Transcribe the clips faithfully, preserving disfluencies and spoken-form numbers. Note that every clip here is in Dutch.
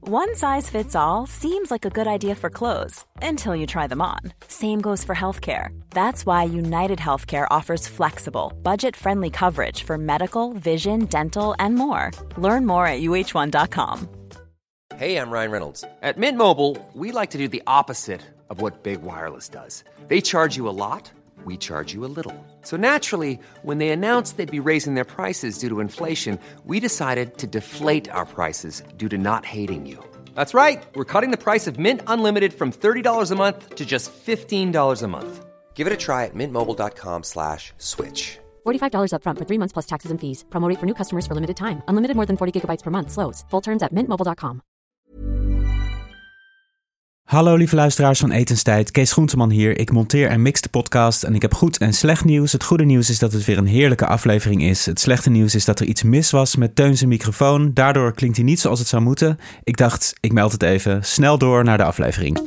One size fits all seems like a good idea for clothes until you try them on. Same goes for healthcare. That's why United Healthcare offers flexible, budget-friendly coverage for medical, vision, dental, and more. Learn more at U H one dot com. Hey, I'm Ryan Reynolds. At Mint Mobile, we like to do the opposite of what Big Wireless does. They charge you a lot, we charge you a little. So naturally, when they announced they'd be raising their prices due to inflation, we decided to deflate our prices due to not hating you. That's right. We're cutting the price of Mint Unlimited from thirty dollars a month to just fifteen dollars a month. Give it a try at mintmobile.com slash switch. forty-five dollars up front for three months plus taxes and fees. Promo rate for new customers for limited time. Unlimited more than forty gigabytes per month. Slows full terms at mint mobile dot com. Hallo lieve luisteraars van Etenstijd, Kees Groenteman hier. Ik monteer en mix de podcast en ik heb goed en slecht nieuws. Het goede nieuws is dat het weer een heerlijke aflevering is. Het slechte nieuws is dat er iets mis was met Teun zijn microfoon. Daardoor klinkt hij niet zoals het zou moeten. Ik dacht, ik meld het even. Snel door naar de aflevering.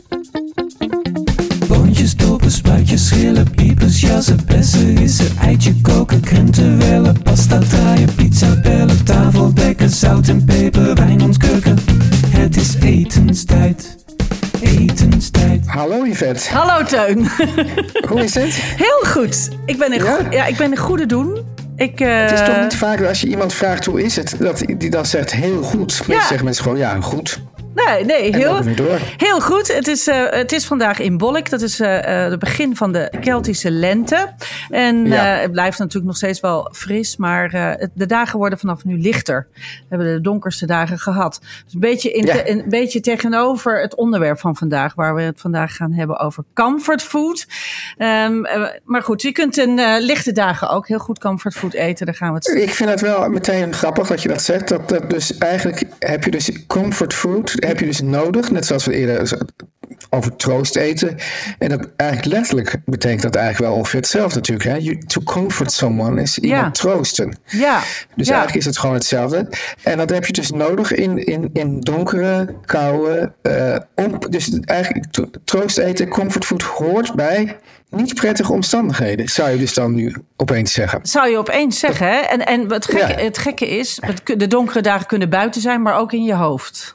Boontjes, dopen, spuitjes, schillen, piepers, jassen, bessen, rissen, eitje koken, krenten wellen, pasta draaien, pizza bellen, tafel dekken, zout en peper, wijn ontkurken. Het is etenstijd. Etenstijd. Hallo Yvette. Hallo Teun. Hoe is het? Heel goed. Ik ben een, ja? Go- ja, ik ben een goede doen. Ik, uh... Het is toch niet vaak als je iemand vraagt hoe is het, dat die dan zegt heel goed. Meestal ja. zeggen mensen gewoon ja, goed. Nee, nee, heel, door. heel goed. Het is, uh, het is vandaag in Bollik. Dat is uh, het begin van de Keltische lente. En ja. uh, het blijft natuurlijk nog steeds wel fris. Maar uh, de dagen worden vanaf nu lichter. We hebben de donkerste dagen gehad. Dus een beetje, in ja. te, een beetje tegenover het onderwerp van vandaag. Waar we het vandaag gaan hebben over comfortfood. Um, uh, maar goed, je kunt in uh, lichte dagen ook heel goed comfortfood eten. Daar gaan we het... Ik vind het wel meteen grappig dat je dat zegt. Dat, dat dus eigenlijk heb je dus comfortfood... heb je dus nodig, net zoals we eerder over troost eten. En dat eigenlijk letterlijk betekent dat eigenlijk wel ongeveer hetzelfde natuurlijk. Hè? You, to comfort someone is iemand ja. troosten. Ja. Dus ja. eigenlijk is het gewoon hetzelfde. En dat heb je dus nodig in, in, in donkere, koude... Uh, om, dus eigenlijk troost eten, comfortfood hoort bij... niet prettige omstandigheden, zou je dus dan nu opeens zeggen. Zou je opeens zeggen, hè? En, en het, gekke, ja. het gekke is, de donkere dagen kunnen buiten zijn, maar ook in je hoofd.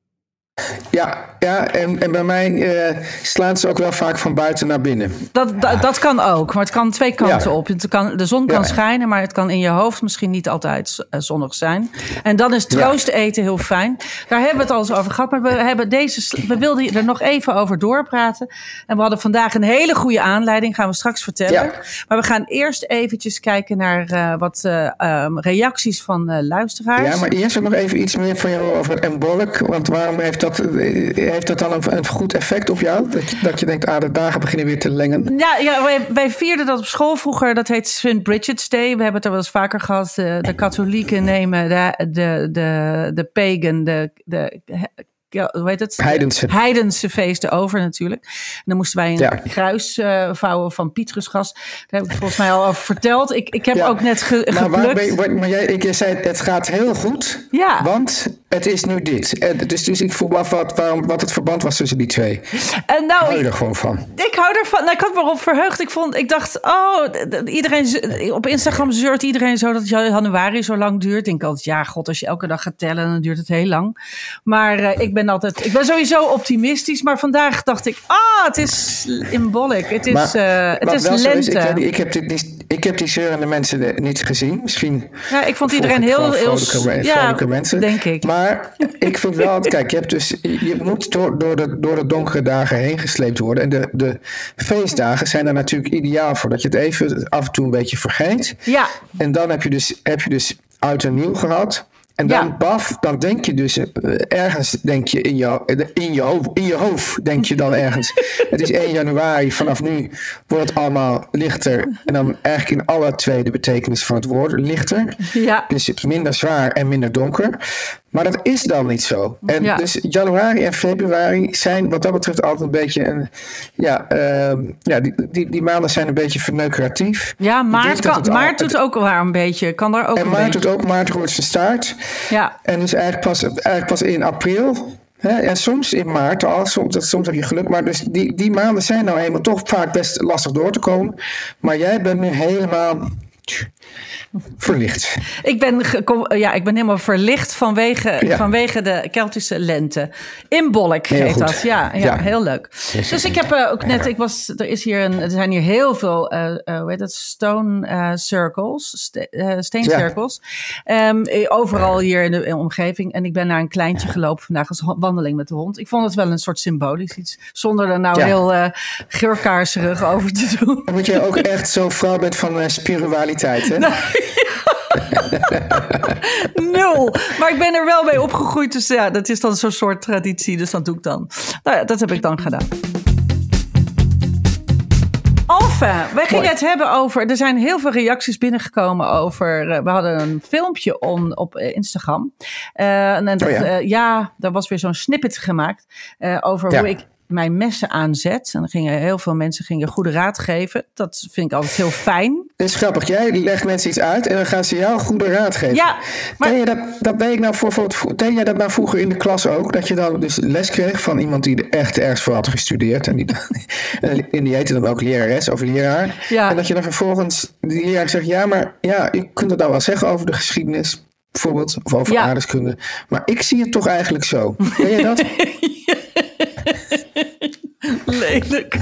Ja, ja en, en bij mij uh, slaan ze ook wel vaak van buiten naar binnen. Dat, dat, dat kan ook, maar het kan twee kanten ja. op. Het kan, de zon kan ja. schijnen, maar het kan in je hoofd misschien niet altijd zonnig zijn. En dan is troost eten heel fijn. Daar hebben we het al eens over gehad, maar we, hebben deze, we wilden er nog even over doorpraten. En we hadden vandaag een hele goede aanleiding, gaan we straks vertellen. Ja. Maar we gaan eerst eventjes kijken naar uh, wat uh, um, reacties van uh, luisteraars. Ja, maar eerst ook nog even iets meer van jou over embolic. Want waarom heeft dat, heeft dat dan een, een goed effect op jou? Dat je, dat je denkt, ah, de dagen beginnen weer te lengen. Ja, ja wij, wij vierden dat op school vroeger. Dat heet Saint Bridget's Day. We hebben het er wel eens vaker gehad. De, de katholieken nemen de, de, de, de pagan, de... de Ja, hoe heet het? Heidense. Heidense feesten over natuurlijk. En dan moesten wij een ja. kruis uh, vouwen van Pietrusgas. Daar heb ik volgens mij al over verteld. Ik, ik heb ja. ook net ge, maar geplukt. Waar, maar jij, ik, jij zei, het gaat heel goed. Ja. Want het is nu dit. Dus, dus ik vroeg af wat, waarom, wat het verband was tussen die twee. En nou, hou je er gewoon van? Ik hou ervan. Nou, ik had me erop verheugd. Ik vond, ik dacht, oh, iedereen, op Instagram zeurt iedereen zo dat januari zo lang duurt. Ik denk altijd, ja, god, als je elke dag gaat tellen, dan duurt het heel lang. Maar uh, ik ben altijd, ik ben sowieso optimistisch, maar vandaag dacht ik, ah, het is symbolic. Het is, maar, uh, het is lente. Is, ik, ik, heb dit niet, ik heb die zeurende mensen niet gezien. Misschien. Ja, ik vond iedereen heel, heel, vrolijke, ja, vrolijke mensen. Denk ik. Maar ik vind wel, kijk, je hebt dus, je moet door, door, de, door de donkere dagen heen gesleept worden. En de, de feestdagen zijn er natuurlijk ideaal voor, dat je het even af en toe een beetje vergeet. Ja. En dan heb je dus, heb je dus oud en nieuw gehad. En dan, ja. baf, dan denk je dus, uh, ergens denk je in je, in, je hoofd, in je hoofd, denk je dan ergens. Het is één januari, vanaf nu wordt het allemaal lichter. En dan eigenlijk in alle twee de betekenis van het woord, lichter. Ja. Dus minder zwaar en minder donker. Maar dat is dan niet zo. En ja. dus januari en februari zijn wat dat betreft altijd een beetje een... Ja, uh, ja die, die, die maanden zijn een beetje verneukeratief. Ja, maart, kan, maart al, doet ook wel een beetje. Kan daar ook en een maart beetje. doet ook, maart roert zijn staart. Ja. En dus eigenlijk pas, eigenlijk pas in april... Hè, en soms in maart al, soms, dat, soms heb je geluk. Maar dus die, die maanden zijn nou helemaal toch vaak best lastig door te komen. Maar jij bent nu helemaal Verlicht. Ik ben, ge- ja, ik ben helemaal verlicht vanwege, Ja. vanwege de Keltische lente. Imbolc Heel heet goed. dat. Ja, ja, Ja. heel leuk. Dus ik heb uh, ook net, ik was, er is hier een, er zijn hier heel veel, uh, uh, hoe heet het, stone uh, circles, ste- uh, steencirkels. Um, overal hier in de, in de omgeving. En ik ben naar een kleintje gelopen vandaag als wandeling met de hond. Ik vond het wel een soort symbolisch iets. Zonder er nou Ja. heel uh, geurkaarserig over te doen. Omdat je ook echt zo'n vrouw bent van uh, spiritualiteit, hè? Nul. Maar ik ben er wel mee opgegroeid. Dus ja, dat is dan zo'n soort traditie. Dus dat doe ik dan. Nou ja, dat heb ik dan gedaan. Enfin, wij gingen Mooi. het hebben over... Er zijn heel veel reacties binnengekomen over... Uh, we hadden een filmpje on, op uh, Instagram. Uh, en dat, Oh ja. Uh, ja, daar was weer zo'n snippet gemaakt... Uh, over Ja. hoe ik mijn messen aanzet. En dan gingen heel veel mensen gingen goede raad geven. Dat vind ik altijd heel fijn. Dat is grappig. Jij legt mensen iets uit en dan gaan ze jou goede raad geven. Ja, maar... Deed je dat, dat deed ik nou voor, voor, deed jij dat nou vroeger in de klas ook? Dat je dan dus les kreeg van iemand die er echt ergens voor had gestudeerd. En die, en die heette dan ook lerares of leraar. Ja. En dat je dan vervolgens die leraar zegt... Ja, maar ja, je kunt het nou wel zeggen over de geschiedenis... bijvoorbeeld, of over Ja. aardrijkskunde. Maar ik zie het toch eigenlijk zo. Deed jij dat? Lelijk.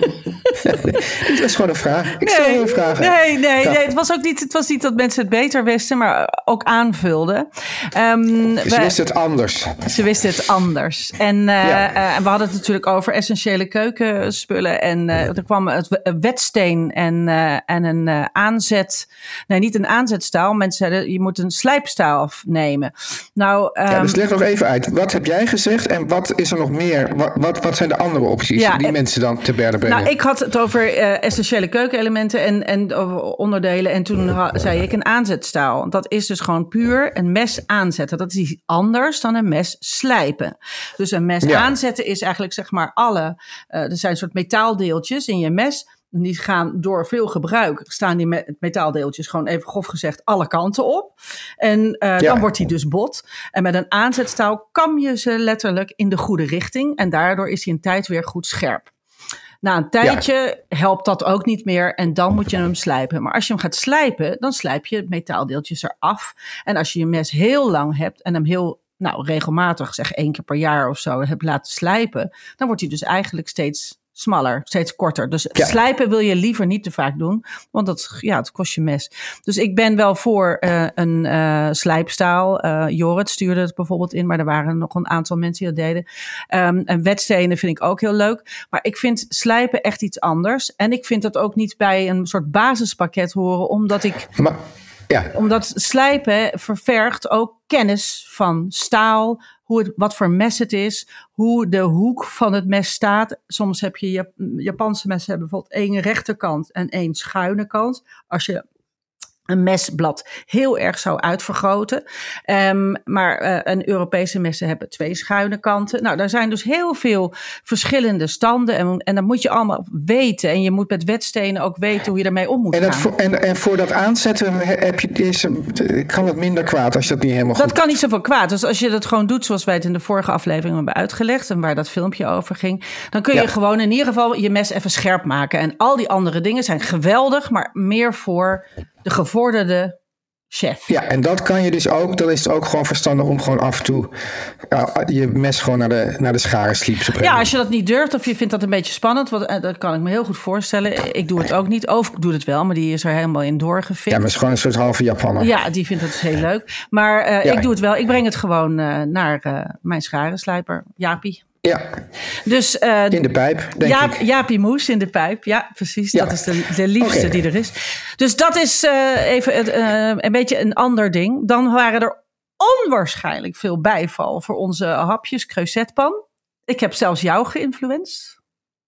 Het was gewoon een vraag. Ik stel Nee, een vraag. nee, nee, Ja. nee. Het was ook niet, het was niet dat mensen het beter wisten, maar ook aanvulden. Um, Dus we- je wist het anders. Ze wisten het anders. En, uh, Ja. uh, en we hadden het natuurlijk over essentiële keukenspullen. En uh, er kwam het w- een wetsteen en, uh, en een uh, aanzet. Nee, niet een aanzetstaal. Mensen zeiden, je moet een slijpstaal nemen. Nou, um, Ja, dus leg nog even uit. Wat heb jij gezegd en wat is er nog meer? Wat, wat, wat zijn de andere opties Ja, die en- mensen dan te berden brengen? Nou, ik had het over uh, essentiële keukenelementen en, en over onderdelen. En toen ha- zei ik een aanzetstaal. Dat is dus gewoon puur een mes aanzetten. Dat is iets anders dan een mes slijpen. Dus een mes Ja. aanzetten is eigenlijk zeg maar alle... Uh, er zijn een soort metaaldeeltjes in je mes. En die gaan door veel gebruik, staan die me- metaaldeeltjes gewoon even grof gezegd alle kanten op. En uh, Ja. dan wordt die dus bot. En met een aanzetstaal kam je ze letterlijk in de goede richting. En daardoor is hij een tijd weer goed scherp. Na een tijdje helpt dat ook niet meer en dan moet je hem slijpen. Maar als je hem gaat slijpen, dan slijp je metaaldeeltjes eraf. En als je je mes heel lang hebt en hem heel nou, regelmatig, zeg één keer per jaar of zo, hebt laten slijpen, dan wordt hij dus eigenlijk steeds smaller, steeds korter. Dus Ja. slijpen wil je liever niet te vaak doen, want dat, ja, het kost je mes. Dus ik ben wel voor uh, een uh, slijpstaal. Uh, Jorrit stuurde het bijvoorbeeld in, maar er waren nog een aantal mensen die dat deden. Um, en wetstenen vind ik ook heel leuk. Maar ik vind slijpen echt iets anders. En ik vind dat ook niet bij een soort basispakket horen, omdat ik... Maar, ja. Omdat slijpen ververgt ook kennis van staal, hoe het, wat voor mes het is, hoe de hoek van het mes staat. Soms heb je Jap- Japanse messen hebben bijvoorbeeld één rechterkant en één schuine kant. Als je een mesblad heel erg zou uitvergroten. Um, maar uh, een Europese messen hebben twee schuine kanten. Nou, daar zijn dus heel veel verschillende standen. En, en dat moet je allemaal weten. En je moet met wetstenen ook weten hoe je daarmee om moet En, dat gaan. voor, en, en voor dat aanzetten heb je, is, kan het minder kwaad als je dat niet helemaal Dat goed... kan niet zoveel kwaad. Dus als je dat gewoon doet zoals wij het in de vorige aflevering hebben uitgelegd en waar dat filmpje over ging, dan kun je Ja. gewoon in ieder geval je mes even scherp maken. En al die andere dingen zijn geweldig, maar meer voor de gevorderde chef. Ja, en dat kan je dus ook. Dan is het ook gewoon verstandig om gewoon af en toe ja, je mes gewoon naar de, naar de scharensliep te brengen. Ja, als je dat niet durft of je vindt dat een beetje spannend, want, uh, dat kan ik me heel goed voorstellen. Ik doe het ook niet. Oof doet het wel, maar die is er helemaal in doorgefikt. Ja, maar het is gewoon een soort halve Japanner. Ja, die vindt dat dus heel leuk. Maar uh, Ja. ik doe het wel. Ik breng het gewoon uh, naar uh, mijn scharenslijper, Jaapie. Ja, Dus, uh, in de pijp, denk Jaap, ik. Jaapie Moes in de pijp. Ja, precies. Ja. Dat is de, de liefste Oké. die er is. Dus dat is uh, even het, uh, een beetje een ander ding. Dan waren er onwaarschijnlijk veel bijval voor onze hapjes creusetpan. Ik heb zelfs jou geïnfluenced.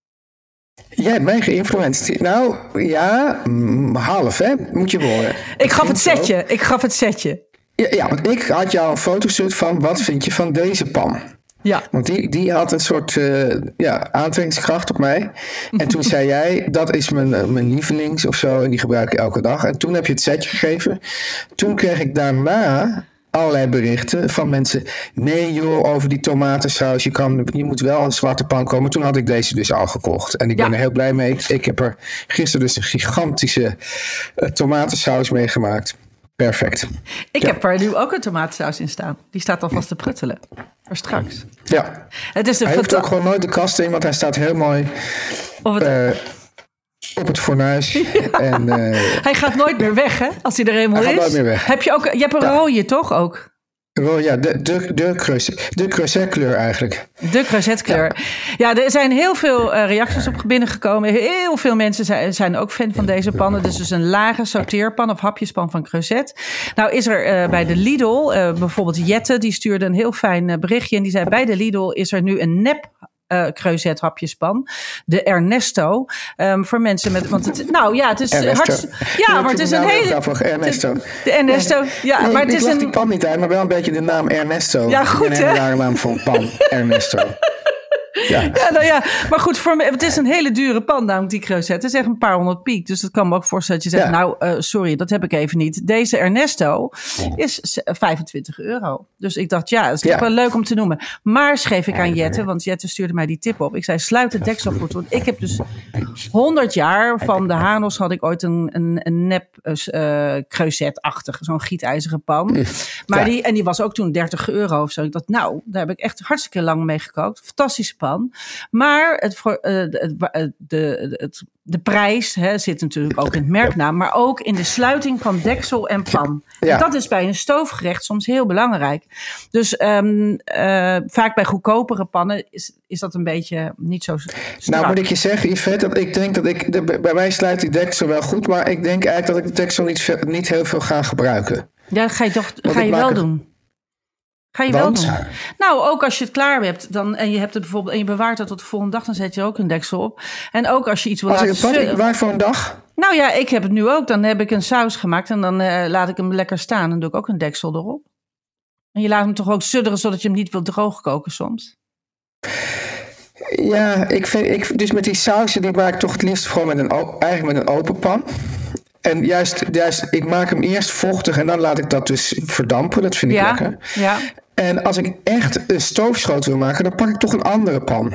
Jij hebt mij geïnfluenced. Nou, ja, mm, half hè, moet je horen. Ik gaf het Zo. setje. Ik gaf het setje. Ja, ja, want ik had jou een foto gestuurd van wat vind je van deze pan? Ja. Want die, die had een soort uh, ja, aantrekkingskracht op mij. En toen zei jij, dat is mijn, uh, mijn lievelings of zo. En die gebruik ik elke dag. En toen heb je het setje gegeven. Toen kreeg ik daarna allerlei berichten van mensen. Nee joh, over die tomatensaus. Je, kan, je moet wel een zwarte pan komen. Toen had ik deze dus al gekocht. En ik Ja. ben er heel blij mee. Ik, ik heb er gisteren dus een gigantische uh, tomatensaus mee gemaakt. Perfect. Ik Ja. heb er nu ook een tomatensaus in staan. Die staat alvast te pruttelen. Voor straks. Ja. Het is een Hij hoeft fanta- ook gewoon nooit de kast in, want hij staat heel mooi of het- uh, op het fornuis. En, uh, Hij gaat nooit meer weg, hè? Als hij er eenmaal Hij is. gaat nooit meer weg. Heb je ook? Je hebt een Ja. rode, toch ook? wel, ja, de, de, de, creuset, de creusetkleur eigenlijk. De creusetkleur. Ja. ja, er zijn heel veel uh, reacties op binnengekomen. Heel veel mensen zijn, zijn ook fan van deze pannen. Dus dus een lage sauteerpan of hapjespan van Creuset. Nou is er uh, bij de Lidl, uh, bijvoorbeeld Jette, die stuurde een heel fijn uh, berichtje. En die zei, bij de Lidl is er nu een nep Uh, Creuset hapjespan. De Ernesto. Um, voor mensen met... Want het, nou ja, het is hard. Ja, maar het is een hele... Grappig, Ernesto. De Ernesto. Ja, nee, maar het ik is lag een... die pan niet uit, maar wel een beetje de naam Ernesto. Ja, goed, een hele hè? rare naam voor een pan. Ernesto. Ja. Ja, nou ja, maar goed, voor me, het is een hele dure pan, namelijk die Creuset. Het is echt een paar honderd piek. Dus dat kan me ook voorstellen dat je zegt, ja. nou, uh, sorry, dat heb ik even niet. Deze Ernesto is vijfentwintig euro. Dus ik dacht, ja, dat is toch ja. wel leuk om te noemen. Maar schreef ik aan Jette, want Jette stuurde mij die tip op. Ik zei, sluit het deksel goed. Want ik heb dus honderd jaar van de Hanos had ik ooit een, een, een nep uh, Creuset-achtig, zo'n gietijzeren pan. Maar ja. die, en die was ook toen dertig euro of zo. Ik dacht, nou, daar heb ik echt hartstikke lang mee gekookt. Fantastische pan. Maar het, uh, de, de, de, het, de prijs hè, zit natuurlijk ook in het merknaam, maar ook in de sluiting van deksel en pan. Ja. En dat is bij een stoofgerecht soms heel belangrijk. Dus um, uh, vaak bij goedkopere pannen is, is dat een beetje niet zo strak. Nou moet ik je zeggen, Yvette, dat ik denk dat ik, de, bij mij sluit die deksel wel goed, maar ik denk eigenlijk dat ik de deksel niet, niet heel veel ga gebruiken. Ja, dat ga je, toch, ga je wel het... doen. Ga je Want? wel doen. Nou, ook als je het klaar hebt dan, en je hebt het bijvoorbeeld en je bewaart het tot de volgende dag, dan zet je ook een deksel op. En ook als je iets wil als laten ik het wat, waar voor een dag? Nou ja, ik heb het nu ook. Dan heb ik een saus gemaakt en dan uh, laat ik hem lekker staan. Dan doe ik ook een deksel erop. En je laat hem toch ook sudderen zodat je hem niet wilt droogkoken soms? Ja, ik vind, ik, dus met die sausen die maak ik toch het liefst gewoon met een, eigenlijk met een open pan. En juist, juist, ik maak hem eerst vochtig en dan laat ik dat dus verdampen. Dat vind ik ja, lekker. Ja. En als ik echt een stoofschoot wil maken, dan pak ik toch een andere pan.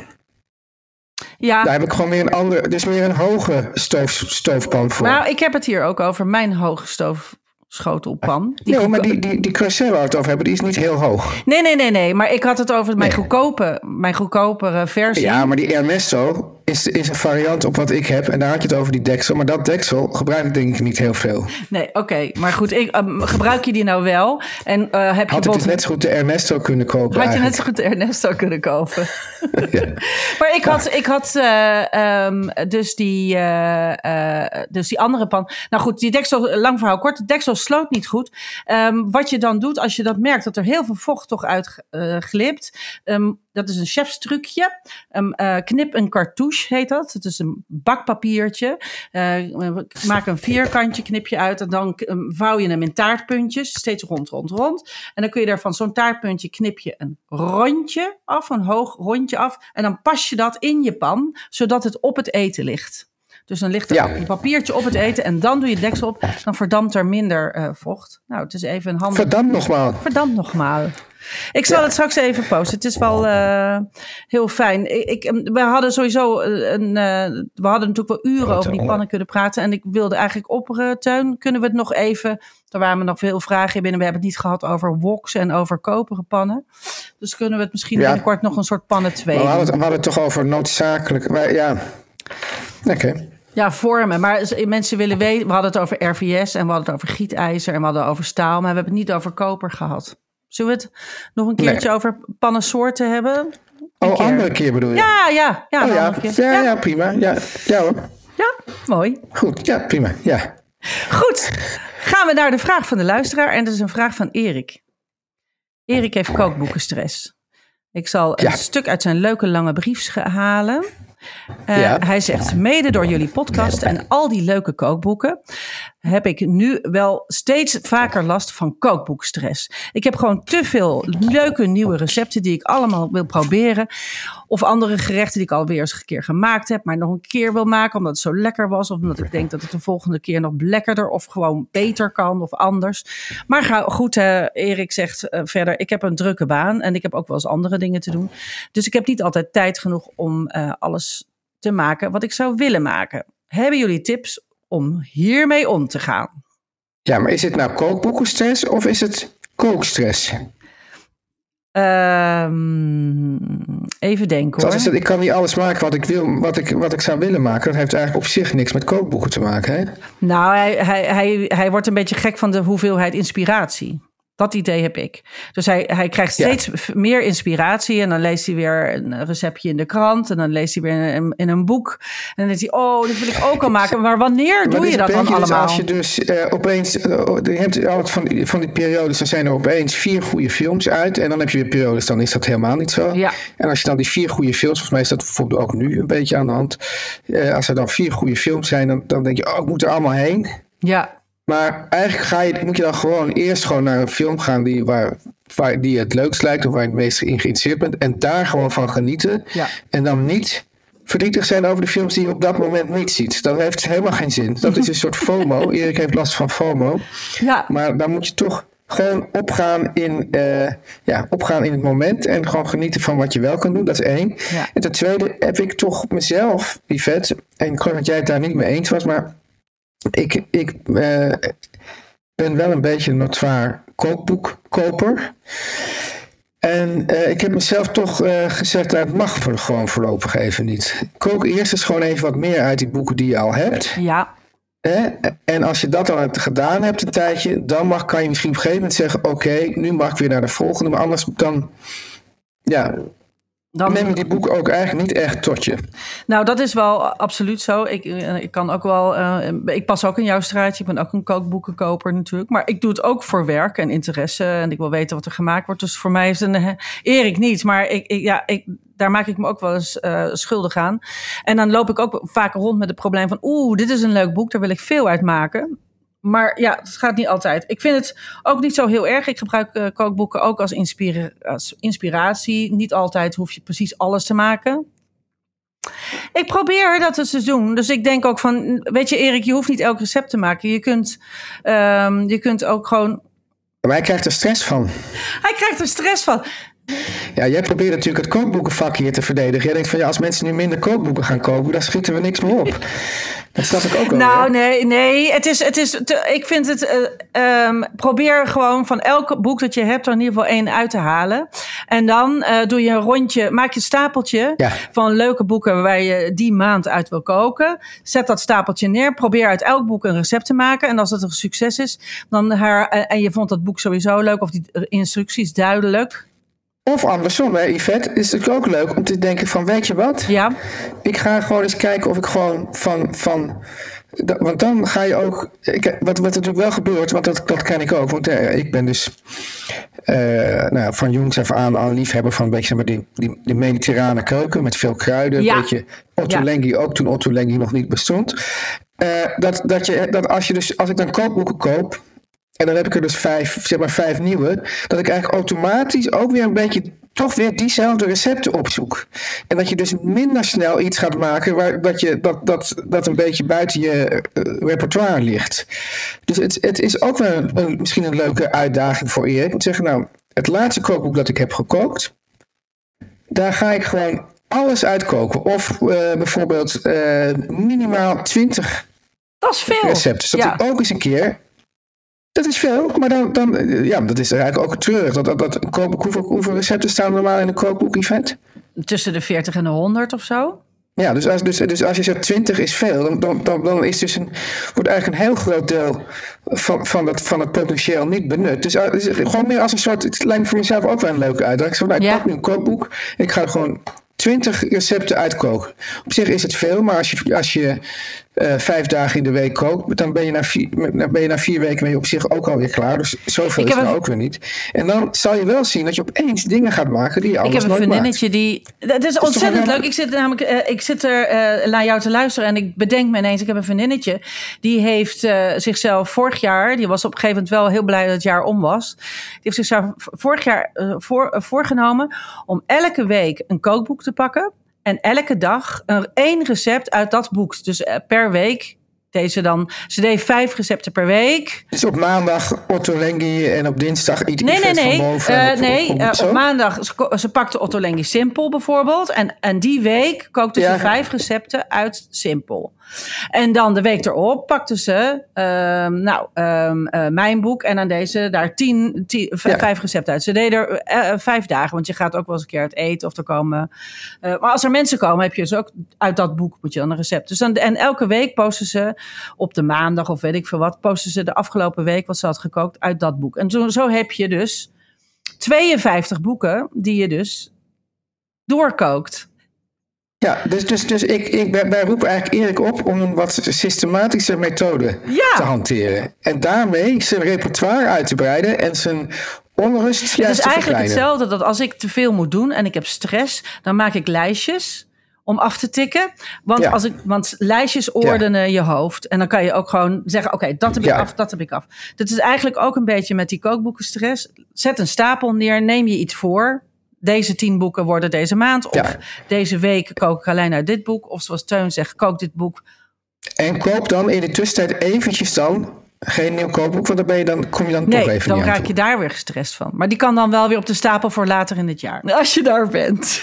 Ja. Daar heb ik gewoon weer een andere, dus weer een hoge stoof, stoofpan voor. Nou, ik heb het hier ook over mijn hoge stoofschotelpan. Die nee, maar die, die, die Creuset waar we het over hebben, die is niet heel hoog. Nee, nee, nee, nee. Maar ik had het over mijn, nee. goedkope, mijn goedkopere versie. Ja, maar die Ernesto is, is een variant op wat ik heb. En daar had je het over die deksel. Maar dat deksel gebruik ik denk ik niet heel veel. Nee, oké. Okay. Maar goed, ik, um, gebruik je die nou wel? En, uh, heb had je ik dus net zo goed de Ernesto kunnen kopen Had eigenlijk. je net zo goed de Ernesto kunnen kopen. Ja. Maar ik had, ik had uh, um, dus, die, uh, uh, dus die andere pan. Nou goed, die deksel, lang verhaal kort. De deksel sloot niet goed. Um, wat je dan doet, als je dat merkt, dat er heel veel vocht toch uit uh, glipt. Um, dat is een chefstrucje. Um, uh, knip een cartouche, heet dat. Het is een bakpapiertje. Uh, maak een vierkantje, knip je uit. En dan um, vouw je hem in taartpuntjes. Steeds rond, rond, rond. En dan kun je er van zo'n taartpuntje knip je een rondje af. Een hoog rondje af. En dan pas je dat in je pan. Zodat het op het eten ligt. Dus dan ligt er ja. een papiertje op het eten en dan doe je het deksel op. Dan verdampt er minder uh, vocht. Nou, het is even een handig... Verdampt nogmaals. Verdampt nogmaals. Ik zal ja. het straks even posten. Het is wel uh, heel fijn. Ik, ik, we hadden sowieso een... Uh, we hadden natuurlijk wel uren over die pannen kunnen praten. En ik wilde eigenlijk op, Teun, kunnen we het nog even... Er waren nog veel vragen binnen. We hebben het niet gehad over woks en over koperen pannen. Dus kunnen we het misschien ja. binnenkort nog een soort pannen twee we hadden, het, we hadden het toch over noodzakelijk... Maar ja, oké. Okay. Ja, vormen. Maar mensen willen weten... We hadden het over R V S en we hadden het over gietijzer... en we hadden het over staal, maar we hebben het niet over koper gehad. Zullen we het nog een keertje nee. over pannensoorten hebben? Een oh, keer. andere keer bedoel je? Ja, ja. Ja, oh, ja. Ja, ja. ja, prima. Ja, ja hoor. Ja, mooi. Goed, ja, prima. Ja. Goed, gaan we naar de vraag van de luisteraar. En dat is een vraag van Erik. Erik heeft kookboekenstress. Ik zal ja. een stuk uit zijn leuke lange brief halen... Uh, ja. Hij zegt, mede door jullie podcast en al die leuke kookboeken... heb ik nu wel steeds vaker last van kookboekstress. Ik heb gewoon te veel leuke nieuwe recepten die ik allemaal wil proberen. Of andere gerechten die ik alweer eens een keer gemaakt heb, maar nog een keer wil maken omdat het zo lekker was. Of omdat ik denk dat het de volgende keer nog lekkerder of gewoon beter kan of anders. Maar ga, goed, uh, Erik zegt uh, verder, ik heb een drukke baan en ik heb ook wel eens andere dingen te doen. Dus ik heb niet altijd tijd genoeg om uh, alles te maken wat ik zou willen maken. Hebben jullie tips om hiermee om te gaan? Ja, maar is het nou kookboekenstress of is het kookstress? Um, even denken hoor. Dat is dat, ik kan niet alles maken wat ik, wil, wat, ik, wat ik zou willen maken. Dat heeft eigenlijk op zich niks met kookboeken te maken. Hè? Nou, hij, hij, hij, hij wordt een beetje gek van de hoeveelheid inspiratie. Dat idee heb ik. Dus hij, hij krijgt steeds ja. meer inspiratie. En dan leest hij weer een receptje in de krant. En dan leest hij weer in, in een boek. En dan denkt hij, oh, dit wil ik ook al maken. Maar wanneer doe je dat dan allemaal? Dus als je dus uh, opeens... Uh, je hebt altijd van die, van die periodes... dan zijn er opeens vier goede films uit. En dan heb je weer periodes, dan is dat helemaal niet zo. Ja. En als je dan die vier goede films... volgens mij is dat bijvoorbeeld ook nu een beetje aan de hand. Uh, als er dan vier goede films zijn... dan, dan denk je, oh, ik moet er allemaal heen. Ja. Maar eigenlijk ga je, moet je dan gewoon eerst gewoon naar een film gaan die, waar, waar, die het leukst lijkt of waar je het meest in geïnteresseerd bent. En daar gewoon van genieten. Ja. En dan niet verdrietig zijn over de films die je op dat moment niet ziet. Dat heeft helemaal geen zin. Dat is een soort FOMO. Erik heeft last van FOMO. Ja. Maar dan moet je toch gewoon opgaan in, uh, ja, opgaan in het moment. En gewoon genieten van wat je wel kan doen. Dat is één. Ja. En ten tweede heb ik toch mezelf, Yvette, en ik geloof dat jij het daar niet mee eens was, maar... Ik, ik uh, ben wel een beetje een notoire kookboekkoper. En uh, ik heb mezelf toch uh, gezegd, dat het mag voor, gewoon voorlopig even niet. Kook eerst eens gewoon even wat meer uit die boeken die je al hebt. Ja. Eh? En als je dat dan gedaan hebt een tijdje, dan mag, kan je misschien op een gegeven moment zeggen, oké, okay, nu mag ik weer naar de volgende. Maar anders dan... Ja, dan neem je die boek ook eigenlijk niet echt tot je. Nou, dat is wel absoluut zo. Ik, ik kan ook wel. Uh, ik pas ook in jouw straatje. Ik ben ook een kookboekenkoper natuurlijk. Maar ik doe het ook voor werk en interesse. En ik wil weten wat er gemaakt wordt. Dus voor mij is het een. Uh, Erik niet. Maar ik, ik, ja, ik, daar maak ik me ook wel eens uh, schuldig aan. En dan loop ik ook vaak rond met het probleem van. Oeh, dit is een leuk boek. Daar wil ik veel uit maken. Maar ja, het gaat niet altijd. Ik vind het ook niet zo heel erg. Ik gebruik uh, kookboeken ook als, inspira- als inspiratie. Niet altijd hoef je precies alles te maken. Ik probeer dat dus te doen. Dus ik denk ook van... Weet je, Erik, je hoeft niet elk recept te maken. Je kunt, um, je kunt ook gewoon... Maar hij krijgt er stress van. Hij krijgt er stress van. Ja, jij probeert natuurlijk het kookboekenvak hier te verdedigen. Jij denkt van ja, als mensen nu minder kookboeken gaan kopen, dan schieten we niks meer op. Dat snap ik ook wel. Nou, nee, nee. Het is, het is te, ik vind het... Uh, um, probeer gewoon van elk boek dat je hebt er in ieder geval één uit te halen. En dan uh, doe je een rondje, maak je een stapeltje ja. van leuke boeken waar je die maand uit wil koken. Zet dat stapeltje neer. Probeer uit elk boek een recept te maken. En als het een succes is, dan haar, en je vond dat boek sowieso leuk of die instructies duidelijk. Of andersom, hè, Yvette, is het ook leuk om te denken van, weet je wat? Ja. Ik ga gewoon eens kijken of ik gewoon van... van want dan ga je ook... Ik, wat, wat natuurlijk wel gebeurt, want dat, dat ken ik ook. Want eh, ik ben dus uh, nou, van jongs af aan al liefhebber van een beetje zeg maar, die, die, die mediterrane keuken met veel kruiden. Ja. Een beetje Ottolenghi, ja. ook toen Ottolenghi nog niet bestond. Uh, dat, dat, je, dat als, je dus, als ik dan kookboeken koop... En dan heb ik er dus vijf, zeg maar vijf nieuwe. Dat ik eigenlijk automatisch ook weer een beetje toch weer diezelfde recepten opzoek. En dat je dus minder snel iets gaat maken waar dat je dat, dat, dat een beetje buiten je uh, repertoire ligt. Dus het, het is ook wel een, een, misschien een leuke uitdaging voor Erik. Ik moet zeggen, nou, het laatste kookboek dat ik heb gekookt, daar ga ik gewoon alles uitkoken. Of uh, bijvoorbeeld uh, minimaal twintig dat is veel. recepten. Dat ja. ik ook eens een keer... Dat is veel, maar dan, dan ja, dat is eigenlijk ook treurig. Dat, dat, dat een kookboek, hoeveel, hoeveel recepten staan normaal in een kookboek, Yvette? Tussen de veertig en de honderd of zo. Ja, dus als, dus, dus als je zegt twintig is veel, dan, dan, dan, dan is dus een, wordt eigenlijk een heel groot deel van, van, het, van het potentieel niet benut. Dus uh, is gewoon meer als een soort, het lijkt me voor mezelf ook wel een leuke uitdaging. Ik zeg, nou, ik ja. pak nu een kookboek en ik ga er gewoon twintig recepten uitkoken. Op zich is het veel, maar als je, als je uh, vijf dagen in de week kookt, dan ben je na vier, dan ben je na vier weken ben je op zich ook alweer klaar. Dus zoveel ik is er een... ook weer niet. En dan zal je wel zien dat je opeens dingen gaat maken die je anders nooit maakt. Ik heb een vriendinnetje die... Het is, is ontzettend leuk. Ik zit namelijk, uh, ik zit er uh, naar jou te luisteren en ik bedenk me ineens, ik heb een vriendinnetje die heeft uh, zichzelf vorig jaar, die was op een gegeven moment wel heel blij dat het jaar om was. Die heeft zichzelf vorig jaar uh, voor, uh, voorgenomen om elke week een kookboek te pakken. En elke dag een, één recept uit dat boek. Dus uh, per week deed ze dan... Ze deed vijf recepten per week. Dus op maandag ottolenghi en op dinsdag iets nee, nee, nee. van boven? Uh, op, nee, op, op, uh, op maandag... Ze, ze pakte ottolenghi simpel bijvoorbeeld. En, en die week kookte ja. ze vijf recepten uit simpel. En dan de week erop pakte ze um, nou, um, uh, mijn boek en dan deed ze daar tien, tien, ja. vijf recepten uit. Ze deden er uh, vijf dagen, want je gaat ook wel eens een keer uit eten of er komen... Uh, maar als er mensen komen, heb je dus ook uit dat boek moet je dan een recept. Dus dan, en elke week posten ze op de maandag of weet ik veel wat, posten ze de afgelopen week wat ze had gekookt uit dat boek. En zo, zo heb je dus tweeënvijftig boeken die je dus doorkookt. Ja, dus, dus, dus ik, ik, wij roepen eigenlijk Erik op om een wat systematische methode ja. te hanteren. En daarmee zijn repertoire uit te breiden en zijn onrust juist te verkleinen. Het is eigenlijk hetzelfde dat als ik te veel moet doen en ik heb stress, dan maak ik lijstjes om af te tikken. Want, ja. als ik, want lijstjes ordenen ja. je hoofd. En dan kan je ook gewoon zeggen, oké, okay, dat heb ik ja. af, dat heb ik af. Dat is eigenlijk ook een beetje met die kookboekenstress. Zet een stapel neer, neem je iets voor. Deze tien boeken worden deze maand. Of ja. deze week kook ik alleen uit dit boek. Of zoals Teun zegt, kook dit boek. En koop dan in de tussentijd eventjes dan geen nieuw kookboek. Want dan, ben je dan kom je dan nee, toch even niet aan. Nee, dan raak je daar weer gestrest van. Maar die kan dan wel weer op de stapel voor later in het jaar. Als je daar bent.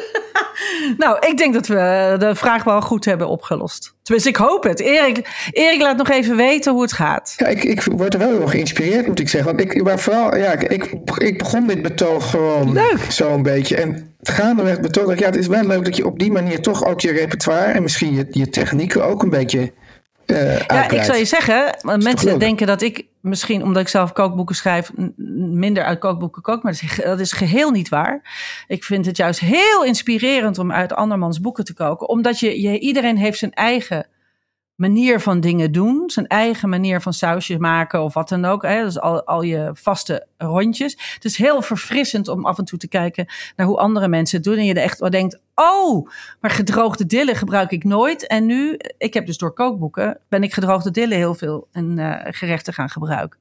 Nou, ik denk dat we de vraag wel goed hebben opgelost. Tenminste, ik hoop het. Erik, Erik laat nog even weten hoe het gaat. Ja, ik, ik word er wel heel geïnspireerd, moet ik zeggen. Want ik, maar vooral, ja, ik, ik begon dit betoog gewoon zo'n beetje. En het gaandeweg betoog ik, ja, het is wel leuk dat je op die manier toch ook je repertoire en misschien je, je technieken ook een beetje uh, ja, ik zou je zeggen, mensen denken dat ik misschien, omdat ik zelf kookboeken schrijf, minder uit kookboeken kook. Maar dat is geheel niet waar. Ik vind het juist heel inspirerend om uit andermans boeken te koken. Omdat je, je iedereen heeft zijn eigen manier van dingen doen. Zijn eigen manier van sausjes maken of wat dan ook. Hè? Dus al, al je vaste rondjes. Het is heel verfrissend om af en toe te kijken naar hoe andere mensen het doen. En je er echt wel denkt, oh, maar gedroogde dillen gebruik ik nooit. En nu, ik heb dus door kookboeken, ben ik gedroogde dillen heel veel in uh, gerechten gaan gebruiken.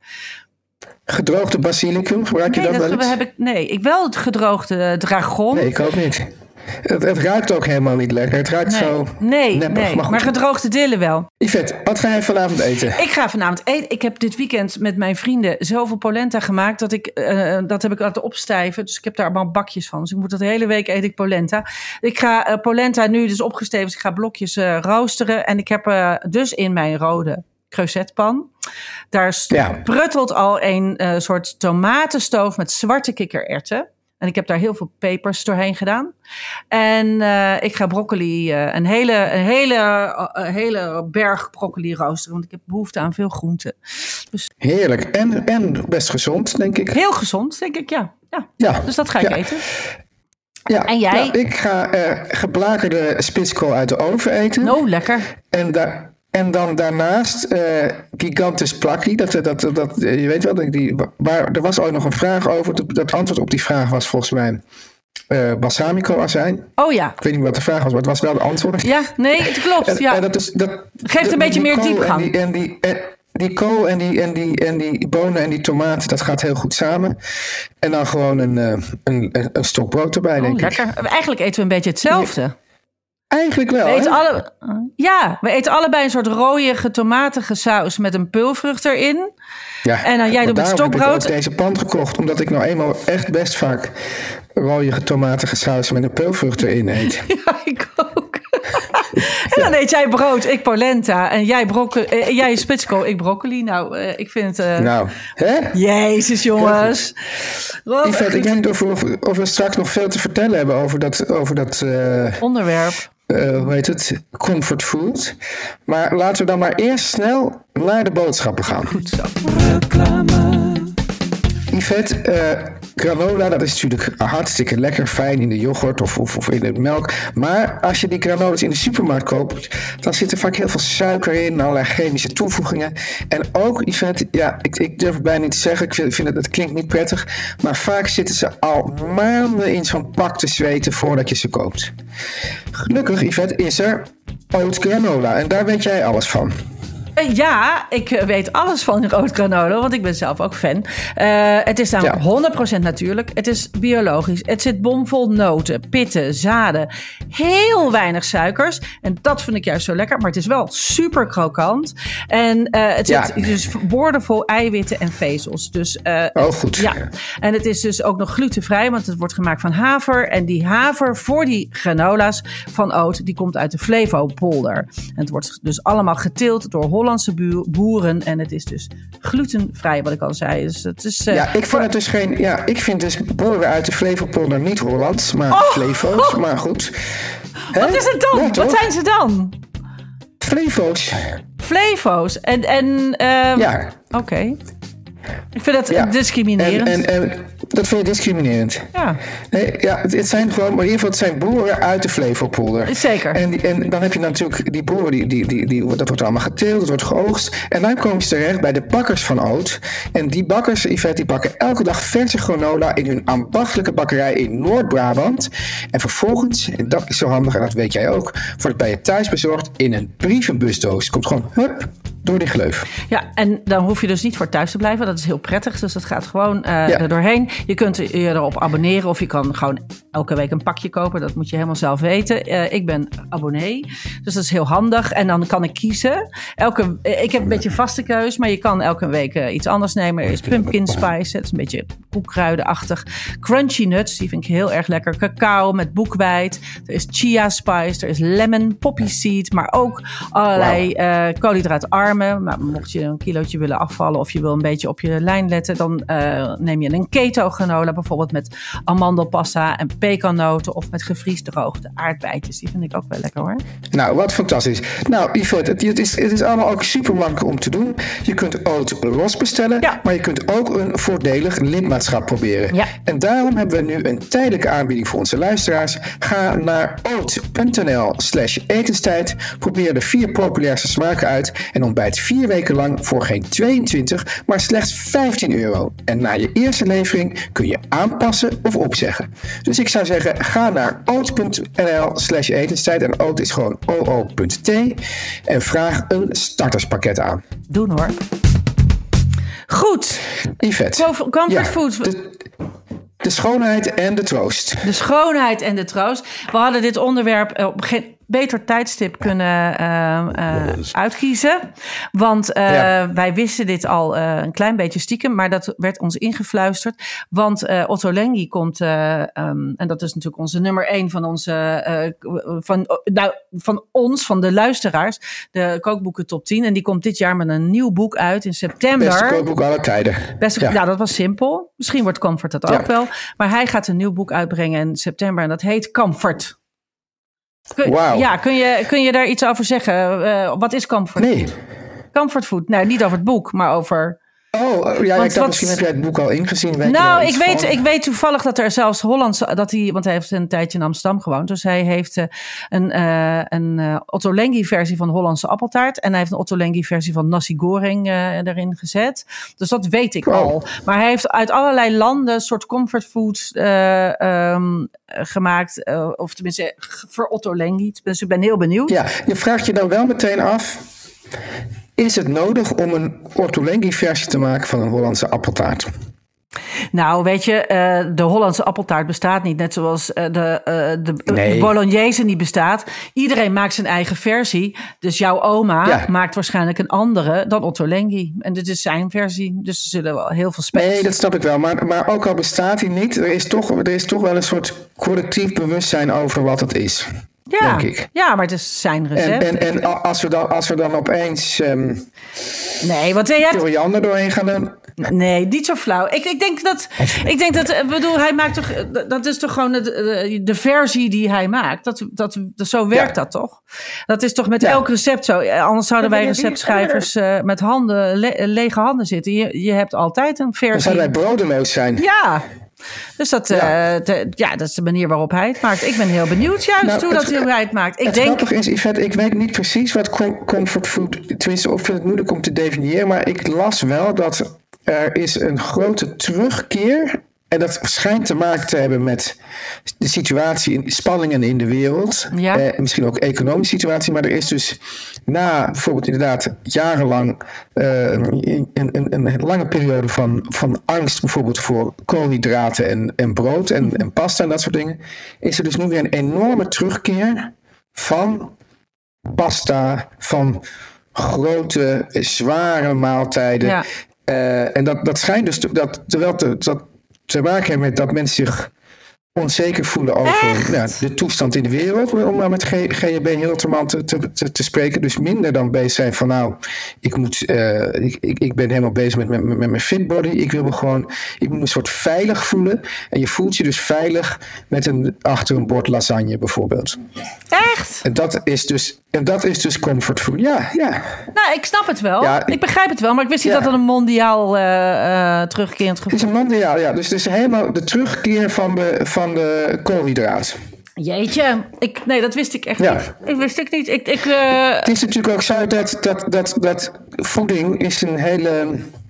Gedroogde basilicum, gebruik je nee, dat, dat wel eens? Heb ik, nee, ik wel het gedroogde dragon. Nee, ik ook niet. Het, het ruikt ook helemaal niet lekker. Het ruikt nee, zo nee, neppig. Nee, maar, maar gedroogde dillen wel. Yvette, wat ga jij vanavond eten? Ik ga vanavond eten. Ik heb dit weekend met mijn vrienden zoveel polenta gemaakt dat ik uh, dat heb ik laten opstijven. Dus ik heb daar allemaal bakjes van. Dus ik moet dat de hele week eten ik polenta. Ik ga uh, polenta nu dus opgesteven. Dus ik ga blokjes uh, roosteren. En ik heb uh, dus in mijn rode creusetpan. Daar ja. pruttelt al een uh, soort tomatenstoof met zwarte kikkererwten. En ik heb daar heel veel pepers doorheen gedaan. En uh, ik ga broccoli, uh, een, hele, een hele, uh, hele berg broccoli roosteren. Want ik heb behoefte aan veel groenten. Dus... Heerlijk. En, en best gezond, denk ik. Heel gezond, denk ik, ja. ja. ja. Dus dat ga ik ja. eten. Ja, en jij? Nou, ik ga uh, geblakerde spitskool uit de oven eten. Oh, lekker. En daar... En dan daarnaast uh, gigantisch plakkie. Dat, dat, dat, dat, je weet wel, die, waar, er was ook nog een vraag over. Dat antwoord op die vraag was volgens mij uh, balsamico-azijn. Oh ja. Ik weet niet wat de vraag was, maar het was wel de antwoord. Ja, nee, het klopt. En, ja. En dat is, dat, Geeft een de, beetje meer diepgang. En die, en die, en, die kool en die, en, die, en die bonen en die tomaten, dat gaat heel goed samen. En dan gewoon een, een, een, een stok brood erbij, oh, denk lekker. ik. Eigenlijk eten we een beetje hetzelfde. Ja. Eigenlijk wel, we eten alle, ja, we eten allebei een soort rooige, tomatige saus met een peulvrucht erin. Ja, en dan jij doet met stokbrood. Ik heb deze pan gekocht, omdat ik nou eenmaal echt best vaak rooige, tomatige saus met een peulvrucht erin eet. Ja, ik ook. En dan eet jij brood, ik polenta. En jij, broccoli, eh, jij spitskool, ik broccoli. Nou, eh, ik vind... Uh... Nou, hè? Jezus, jongens. Ja, Yvette, ik weet niet of we, of we straks nog veel te vertellen hebben over dat... Over dat uh, onderwerp. Uh, hoe heet het? Comfort food. Maar laten we dan maar eerst snel naar de boodschappen gaan. Goed zo. Reclame. Yvette, uh, granola, dat is natuurlijk hartstikke lekker, fijn in de yoghurt of, of, of in de melk. Maar als je die granola's in de supermarkt koopt, dan zit er vaak heel veel suiker in, allerlei chemische toevoegingen. En ook, Yvette, ja, ik, ik durf het bijna niet te zeggen, ik vind, vind het, het klinkt niet prettig, maar vaak zitten ze al maanden in zo'n pak te zweten voordat je ze koopt. Gelukkig, Yvette, is er oat granola en daar weet jij alles van. Ja, ik weet alles van rood granola, want ik ben zelf ook fan. Uh, het is namelijk ja. honderd procent natuurlijk. Het is biologisch. Het zit bomvol noten, pitten, zaden. Heel weinig suikers. En dat vind ik juist zo lekker. Maar het is wel super krokant. En uh, het zit ja. dus boordevol eiwitten en vezels. Dus, uh, oh, goed. Ja. En het is dus ook nog glutenvrij, want het wordt gemaakt van haver. En die haver voor die granola's van oat, die komt uit de Flevopolder. En het wordt dus allemaal geteeld door Hollandse boeren en het is dus glutenvrij, wat ik al zei. Dus het is, uh, ja, ik vind voor... het dus geen. Ja, ik vind dus boeren uit de Flevopolder niet Hollands, maar oh, Flevo's. Oh. Maar goed. Wat He? is het dan? Ja, wat zijn ze dan? Flevo's. Flevo's. En. en uh, ja. Oké. Okay. Ik vind dat ja. discriminerend. En, en, en dat vind je discriminerend? Ja. Nee, ja, het, het zijn gewoon, maar in ieder geval, het zijn boeren uit de Flevopolder. Zeker. En, die, en dan heb je natuurlijk die boeren, die, die, die, die, dat wordt allemaal geteeld, dat wordt geoogst. En dan komen ze terecht bij de bakkers van oat. En die bakkers, Yvette, die bakken elke dag verse granola in hun ambachtelijke bakkerij in Noord-Brabant. En vervolgens, en dat is zo handig, en dat weet jij ook, wordt het bij je thuis bezorgd in een brievenbusdoos. Het komt gewoon, hup, door die gleuf. Ja, en dan hoef je dus niet voor thuis te blijven. Dat is heel prettig, dus dat gaat gewoon uh, ja. er doorheen. Je kunt je erop abonneren of je kan gewoon elke week een pakje kopen. Dat moet je helemaal zelf weten. Uh, ik ben abonnee, dus dat is heel handig. En dan kan ik kiezen. Elke, ik heb een beetje een vaste keus, maar je kan elke week uh, iets anders nemen. Er is pumpkin spice, het is een beetje koekkruidenachtig. Crunchy nuts, die vind ik heel erg lekker. Cacao met boekweit. Er is chia spice, er is lemon, poppy seed, maar ook allerlei uh, koolhydraatarme. Maar mocht je een kilootje willen afvallen of je wil een beetje op je lijn letten, dan uh, neem je een keto granola bijvoorbeeld met amandelpasta en pekannoten of met gevriesdroogde aardbeidjes. Die vind ik ook wel lekker hoor. Nou, wat fantastisch. Nou, Yvette, het, het, is, het is allemaal ook super makkelijk om te doen. Je kunt oat los bestellen, ja. maar je kunt ook een voordelig lidmaatschap proberen. Ja. En daarom hebben we nu een tijdelijke aanbieding voor onze luisteraars. Ga naar oat.nl slash etenstijd. Probeer de vier populairste smaken uit en ontbijt vier weken lang voor geen tweeëntwintig, maar slechts vijftien euro. En na je eerste levering kun je aanpassen of opzeggen. Dus ik zou zeggen, ga naar oat.nl slash etenstijd en oat is gewoon oo.t en vraag een starterspakket aan. Doen hoor. Goed. Yvette. Comfort ja, food. De, de schoonheid en de troost. De schoonheid en de troost. We hadden dit onderwerp op geen beter tijdstip kunnen uh, uh, uitkiezen. Want uh, ja. wij wisten dit al uh, een klein beetje stiekem, maar dat werd ons ingefluisterd. Want uh, Otto Lengi komt, uh, um, en dat is natuurlijk onze nummer één van onze, uh, van, nou, van ons, van de luisteraars, de kookboeken top tien. En die komt dit jaar met een nieuw boek uit in september. Beste kookboek aller tijden. Beste, ja. Nou, dat was simpel. Misschien wordt Comfort dat ook ja. wel. Maar hij gaat een nieuw boek uitbrengen in september en dat heet Comfort. Kun, wow. Ja, kun je, kun je daar iets over zeggen? Uh, wat is comfort nee. food? Comfort food? Nou, niet over het boek, maar over... Oh, ja, ik dacht, wat... misschien heb jij het boek al ingezien. Weet nou, ik weet, ik weet toevallig dat er zelfs Hollandse... Dat hij, want hij heeft een tijdje in Amsterdam gewoond. Dus hij heeft uh, een, uh, een uh, Otto Lengi versie van Hollandse appeltaart. En hij heeft een Otto Lengi versie van nasi goreng uh, erin gezet. Dus dat weet ik oh. al. Maar hij heeft uit allerlei landen een soort comfort food uh, um, gemaakt. Uh, of tenminste, voor Otto Lengi. Dus ik ben heel benieuwd. Ja, je vraagt je dan wel meteen af... Is het nodig om een Otto Lengi versie te maken van een Hollandse appeltaart? Nou, weet je, uh, de Hollandse appeltaart bestaat niet. Net zoals uh, de, uh, de, nee. de bolognese niet bestaat. Iedereen maakt zijn eigen versie. Dus jouw oma ja. maakt waarschijnlijk een andere dan Otto Lengi. En dit is zijn versie. Dus er zullen wel heel veel spelen. Nee, dat snap ik wel. Maar, maar ook al bestaat hij niet, er is, toch, er is toch wel een soort collectief bewustzijn over wat het is. Ja, denk ik. Ja, maar het is zijn recept. En, en, en als, we dan, als we dan opeens um, nee, want jij hebt... koriander doorheen gaan doen... Nee, niet zo flauw. Ik, ik denk dat, ik denk dat, ik bedoel, hij maakt toch, dat is toch gewoon de, de versie die hij maakt. Dat, dat, dat, zo werkt ja. dat toch? Dat is toch met ja. elk recept zo. Anders zouden wij receptschrijvers uh, met handen, le, lege handen zitten. Je, je hebt altijd een versie. Dan zouden wij brodeloos zijn. Ja. Dus dat, ja. Uh, de, ja, dat is de manier waarop hij het maakt. Ik ben heel benieuwd juist nou, hoe, het, dat, hoe hij het maakt. Ik het denk... grappige is, Yvette, ik weet niet precies wat comfort food... tenminste, of het moeilijk om te definiëren... maar ik las wel dat er is een grote terugkeer... en dat schijnt te maken te hebben met de situatie... in spanningen in de wereld. Ja. Eh, misschien ook economische situatie... maar er is dus na bijvoorbeeld inderdaad jarenlang... Uh, een, een, een lange periode van, van angst... bijvoorbeeld voor koolhydraten en, en brood en, en pasta en dat soort dingen... is er dus nu weer een enorme terugkeer van pasta... van grote, zware maaltijden... Ja. Uh, en dat, dat schijnt dus... Dat, terwijl te, dat te maken hebben met dat mensen zich onzeker voelen over ja, de toestand in de wereld. Om maar met G H B Hilterman te, te, te, te spreken. Dus minder dan bezig zijn van nou, ik, moet, uh, ik, ik, ik ben helemaal bezig met, met, met mijn fitbody. Ik wil me gewoon, ik moet me een soort veilig voelen. En je voelt je dus veilig met een, achter een bord lasagne bijvoorbeeld. Echt? En dat is dus, en dat is dus comfort food. Ja, ja. Nou, ik snap het wel. Ja, ik begrijp het wel. Maar ik wist niet ja. dat het een mondiaal uh, uh, terugkerend gevoel is. Het is een mondiaal, ja. Dus het is helemaal de terugkeer van de, van de koolhydraat. Jeetje, ik, nee, dat wist ik echt ja. niet. Ik wist ik niet. Ik, ik, uh... Het is natuurlijk ook zo dat, dat, dat, dat voeding is een hele...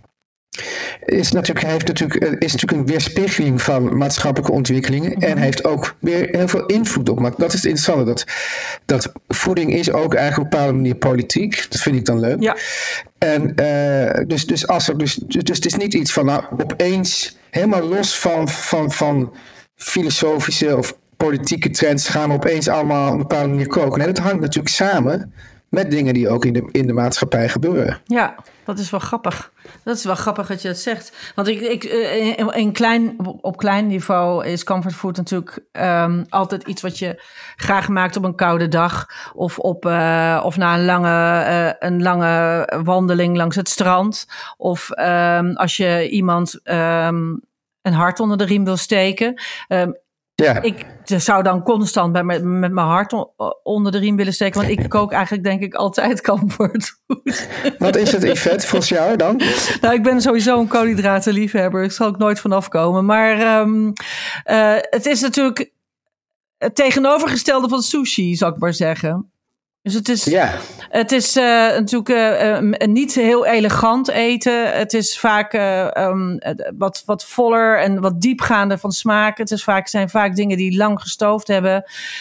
Is natuurlijk, heeft natuurlijk, is natuurlijk een weerspiegeling van maatschappelijke ontwikkelingen. Mm-hmm. En heeft ook weer heel veel invloed op. Maar dat is het interessante. Dat, dat voeding is ook eigenlijk op een bepaalde manier politiek. Dat vind ik dan leuk. Ja. En uh, dus, dus, als er, dus, dus het is niet iets van nou, opeens helemaal los van, van, van filosofische of politieke trends gaan we opeens allemaal op een bepaalde manier koken. En dat hangt natuurlijk samen met dingen die ook in de, in de maatschappij gebeuren. Ja, dat is wel grappig. Dat is wel grappig dat je dat zegt. Want ik, ik, in, in klein, op klein niveau is comfortfood natuurlijk um, altijd iets wat je graag maakt op een koude dag. Of, op, uh, of na een lange, uh, een lange wandeling langs het strand. Of um, als je iemand um, een hart onder de riem wil steken. Um, Ja. Ik zou dan constant bij me, met mijn hart onder de riem willen steken. Want ik kook eigenlijk denk ik altijd comfortfood. Wat is het, Yvette, volgens jou dan? Nou, ik ben sowieso een koolhydratenliefhebber. Ik zal ook nooit vanaf komen. Maar um, uh, het is natuurlijk het tegenovergestelde van sushi, zal ik maar zeggen. Dus het is, ja. het is uh, natuurlijk uh, uh, niet heel elegant eten. Het is vaak uh, um, wat, wat voller en wat diepgaander van smaak. Het is vaak, zijn vaak dingen die lang gestoofd hebben.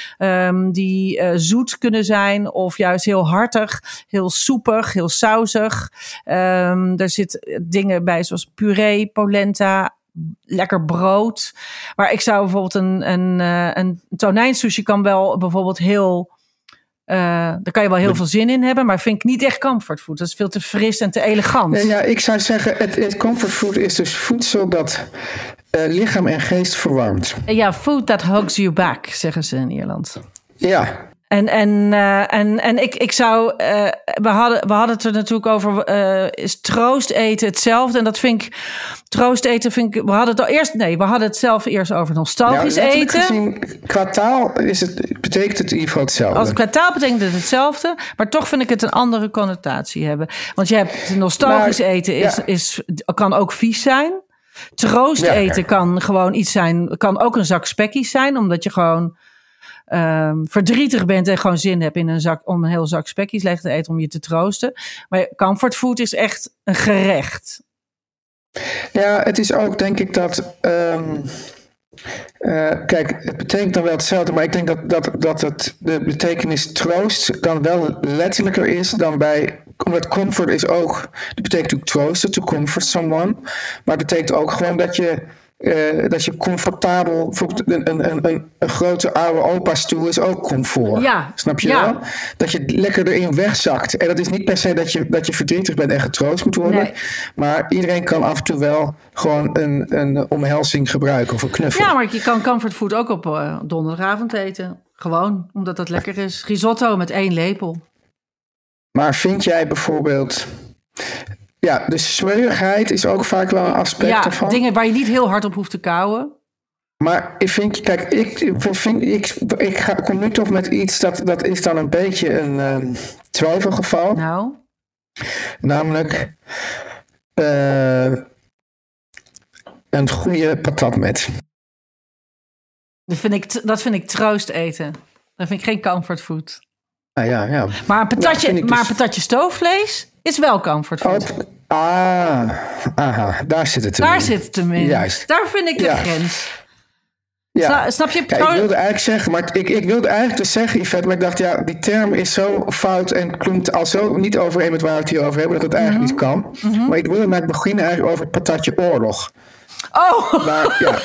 Um, die uh, zoet kunnen zijn of juist heel hartig. Heel soepig, heel sausig. Um, er zitten dingen bij zoals puree, polenta, lekker brood. Maar ik zou bijvoorbeeld een, een, een tonijnsushi kan wel bijvoorbeeld heel... Uh, daar kan je wel heel veel zin in hebben, maar vind ik niet echt comfortfood. Dat is veel te fris en te elegant. Nee, ja, ik zou zeggen, het, het comfortfood is dus voedsel dat uh, lichaam en geest verwarmt. Ja, food that hugs you back, zeggen ze in Ierland. Ja. En, en, uh, en, en ik, ik zou... Uh, we, hadden, we hadden het er natuurlijk over... Uh, is troost eten hetzelfde? En dat vind ik... Troost eten vind ik... We hadden het al eerst... Nee, we hadden het zelf eerst over nostalgisch nou, eten. Gezien, qua taal is het, betekent het in ieder geval hetzelfde. Als qua taal betekent het hetzelfde. Maar toch vind ik het een andere connotatie hebben. Want je hebt nostalgisch maar, eten is, ja. is, kan ook vies zijn. Troost ja. eten kan gewoon iets zijn... Kan ook een zak spekkies zijn. Omdat je gewoon... Um, verdrietig bent en gewoon zin hebt in een zak, om een heel zak spekkies leeg te eten om je te troosten. Maar comfortfood is echt een gerecht. Ja, het is ook denk ik dat... Um, uh, kijk, het betekent dan wel hetzelfde, maar ik denk dat, dat, dat het, de betekenis troost dan wel letterlijker is dan bij... Omdat comfort is ook... Dat betekent natuurlijk troosten, to comfort someone. Maar het betekent ook gewoon dat je... Uh, dat je comfortabel, bijvoorbeeld een, een, een, een grote oude opa stoel is ook comfort. Ja, snap je ja. wel? Dat je lekker erin wegzakt. En dat is niet per se dat je, dat je verdrietig bent en getroost moet worden. Nee. Maar iedereen kan af en toe wel gewoon een, een omhelzing gebruiken of een knuffel. Ja, maar je kan comfortfood ook op uh, donderdagavond eten. Gewoon, omdat dat lekker is. Risotto met één lepel. Maar vind jij bijvoorbeeld... Ja, dus smerigheid is ook vaak wel een aspect ja, ervan. Dingen waar je niet heel hard op hoeft te kauwen. Maar ik vind, kijk, ik, vind, ik, ik ga, kom nu toch met iets, dat, dat is dan een beetje een uh, twijfelgeval. Nou? Namelijk uh, een goede patatmet. Dat vind ik, dat vind ik troost eten. Dat vind ik geen comfortfood. Ah, ja, ja. Maar een patatje, ja, maar dus... een patatje stoofvlees is wel comfortfood. Oh, ah, aha, daar zit het hem Daar in. zit het hem in. Juist. Daar vind ik de ja. grens. Ja. Sna, snap je? Ja, ik wilde eigenlijk zeggen, maar ik, ik wilde eigenlijk dus zeggen, Yvette, maar ik dacht, ja, die term is zo fout en klopt al zo niet overeen met waar we het hier over hebben, dat het eigenlijk mm-hmm. niet kan. Mm-hmm. Maar ik wilde eigenlijk beginnen eigenlijk over het patatje oorlog. Oh! Maar, ja.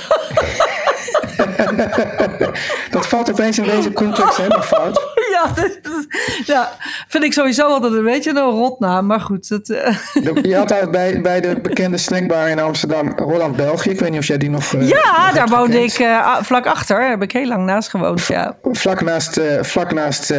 Dat valt opeens in deze context helemaal fout. Ja, dat, ja, vind ik sowieso altijd een beetje een rotnaam, maar goed. Het, uh... Je had uit bij, bij de bekende snackbar in Amsterdam, Holland België. Ik weet niet of jij die nog... Uh, ja, nog daar woonde gekend. ik uh, vlak achter. Daar heb ik heel lang naast gewoond, ja. Vlak naast... Uh, vlak naast uh,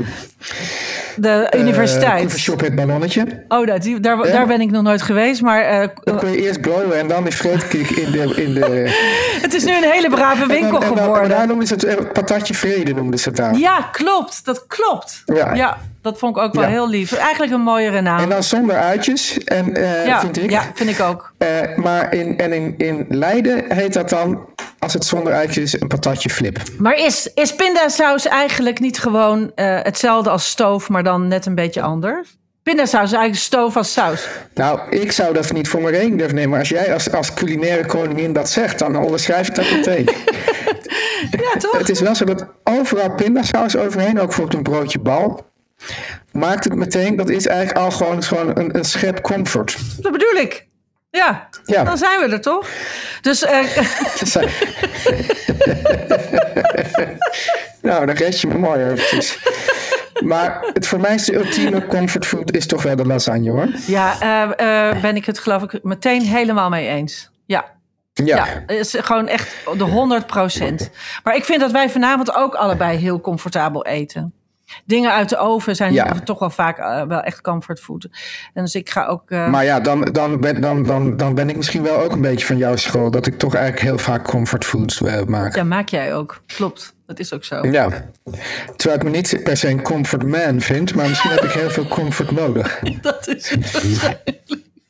de universiteit. Uh, Shop het Ballonnetje. Oh, dat, die, daar, ja. daar ben ik nog nooit geweest, maar... Uh, dan kun je eerst blowen en dan die vreedkiek in de... In de... Het is nu een hele brave winkel en dan, geworden. En daar noemden ze het patatje vrede, noemden ze het daar. Ja, klopt. Dat klopt. Ja, ja dat vond ik ook wel ja. heel lief. Eigenlijk een mooiere naam. En dan zonder uitjes, en, uh, ja, vind ik. Ja, vind ik ook. Uh, maar in, en in, in Leiden heet dat dan, als het zonder uitjes is, een patatje flip. Maar is, is pindasaus eigenlijk niet gewoon uh, hetzelfde als stoof, maar dan net een beetje anders? Pindasaus is eigenlijk stoof als saus. Nou, ik zou dat niet voor mijn rekening durven nemen. Maar als jij als, als culinaire koningin dat zegt, dan onderschrijf ik dat meteen. Ja, toch? Het is wel zo dat overal pindasaus overheen, ook bijvoorbeeld een broodje bal, maakt het meteen, dat is eigenlijk al gewoon, gewoon een, een schep comfort. Dat bedoel ik. Ja, ja, dan zijn we er toch? Dus... Uh... nou, dan red je me mooi eventjes. Maar het voor mij is de ultieme comfortfood is toch wel de lasagne, hoor. Ja, uh, uh, ben ik het geloof ik meteen helemaal mee eens. Ja. Ja. ja, het is gewoon echt de honderd procent. Maar ik vind dat wij vanavond ook allebei heel comfortabel eten. Dingen uit de oven zijn ja. toch wel vaak uh, wel echt comfortfood. En dus ik ga ook... Uh... Maar ja, dan, dan, ben, dan, dan, dan ben ik misschien wel ook een beetje van jouw school. Dat ik toch eigenlijk heel vaak comfortfoods uh, maak. Ja, maak jij ook. Klopt. Dat is ook zo. Ja. Terwijl ik me niet per se een comfort man vind. Maar misschien heb ik heel veel comfort nodig. Dat is het waarschijnlijk.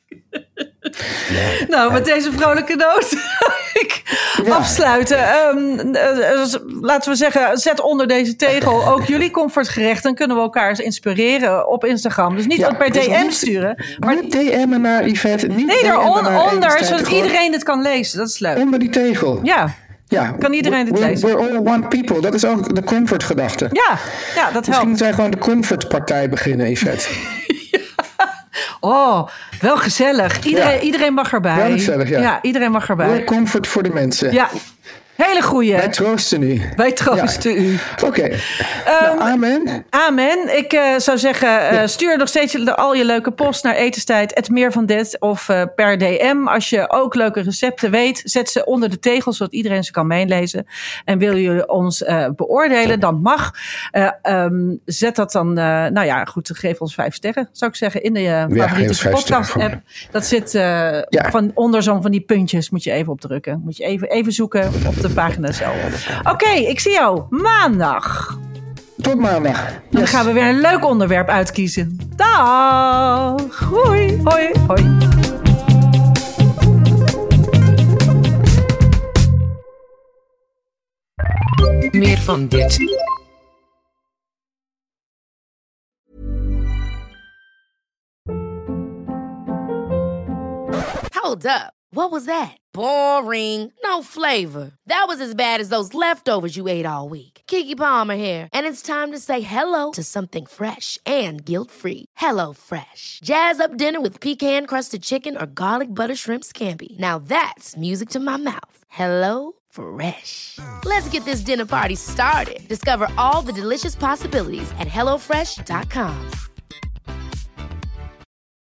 Ja. Nou, met deze vrolijke noot ik ja. afsluiten. Um, uh, laten we zeggen, zet onder deze tegel ook jullie comfortgerecht. Dan kunnen we elkaar eens inspireren op Instagram. Dus niet ja, ook per dus D M sturen. Maar niet D M'en naar Yvette. Niet nee, daaronder, zodat iedereen het kan lezen. Dat is leuk. Onder die tegel. Ja. Ja, kan iedereen dit we're, lezen? We're all one people. Dat is ook de comfortgedachte. Ja, ja, dat helpt. Misschien moeten wij gewoon de comfortpartij beginnen, Yvette. Oh, wel gezellig. Iedereen, ja. iedereen mag erbij. Wel gezellig, ja. Ja, iedereen mag erbij. Wel comfort voor de mensen. Ja, hele goeie. Wij troosten u. Wij troosten ja. u. Oké. Okay. Um, nou, amen. Amen. Ik uh, zou zeggen, uh, ja. stuur nog steeds al je leuke post naar etenstijd at meer van dit of uh, per D M. Als je ook leuke recepten weet, zet ze onder de tegel, zodat iedereen ze kan meelezen. En wil je ons uh, beoordelen, dan mag. Uh, um, zet dat dan, uh, nou ja, goed, geef ons vijf sterren, zou ik zeggen, in de uh, favoriete ja, podcast-app. Dat zit uh, ja. van onder zo'n van die puntjes, moet je even opdrukken. Moet je even, even zoeken op de pagina zelf. Oké, okay, ik zie jou maandag. Tot maandag. Yes. Dan gaan we weer een leuk onderwerp uitkiezen. Dag. Hoi, hoi, hoi. Meer van dit. Hold up. What was that? Boring. No flavor. That was as bad as those leftovers you ate all week. Keke Palmer here, and it's time to say hello to something fresh and guilt-free. Hello Fresh. Jazz up dinner with pecan-crusted chicken or garlic butter shrimp scampi. Now that's music to my mouth. Hello Fresh. Let's get this dinner party started. Discover all the delicious possibilities at hello fresh dot com.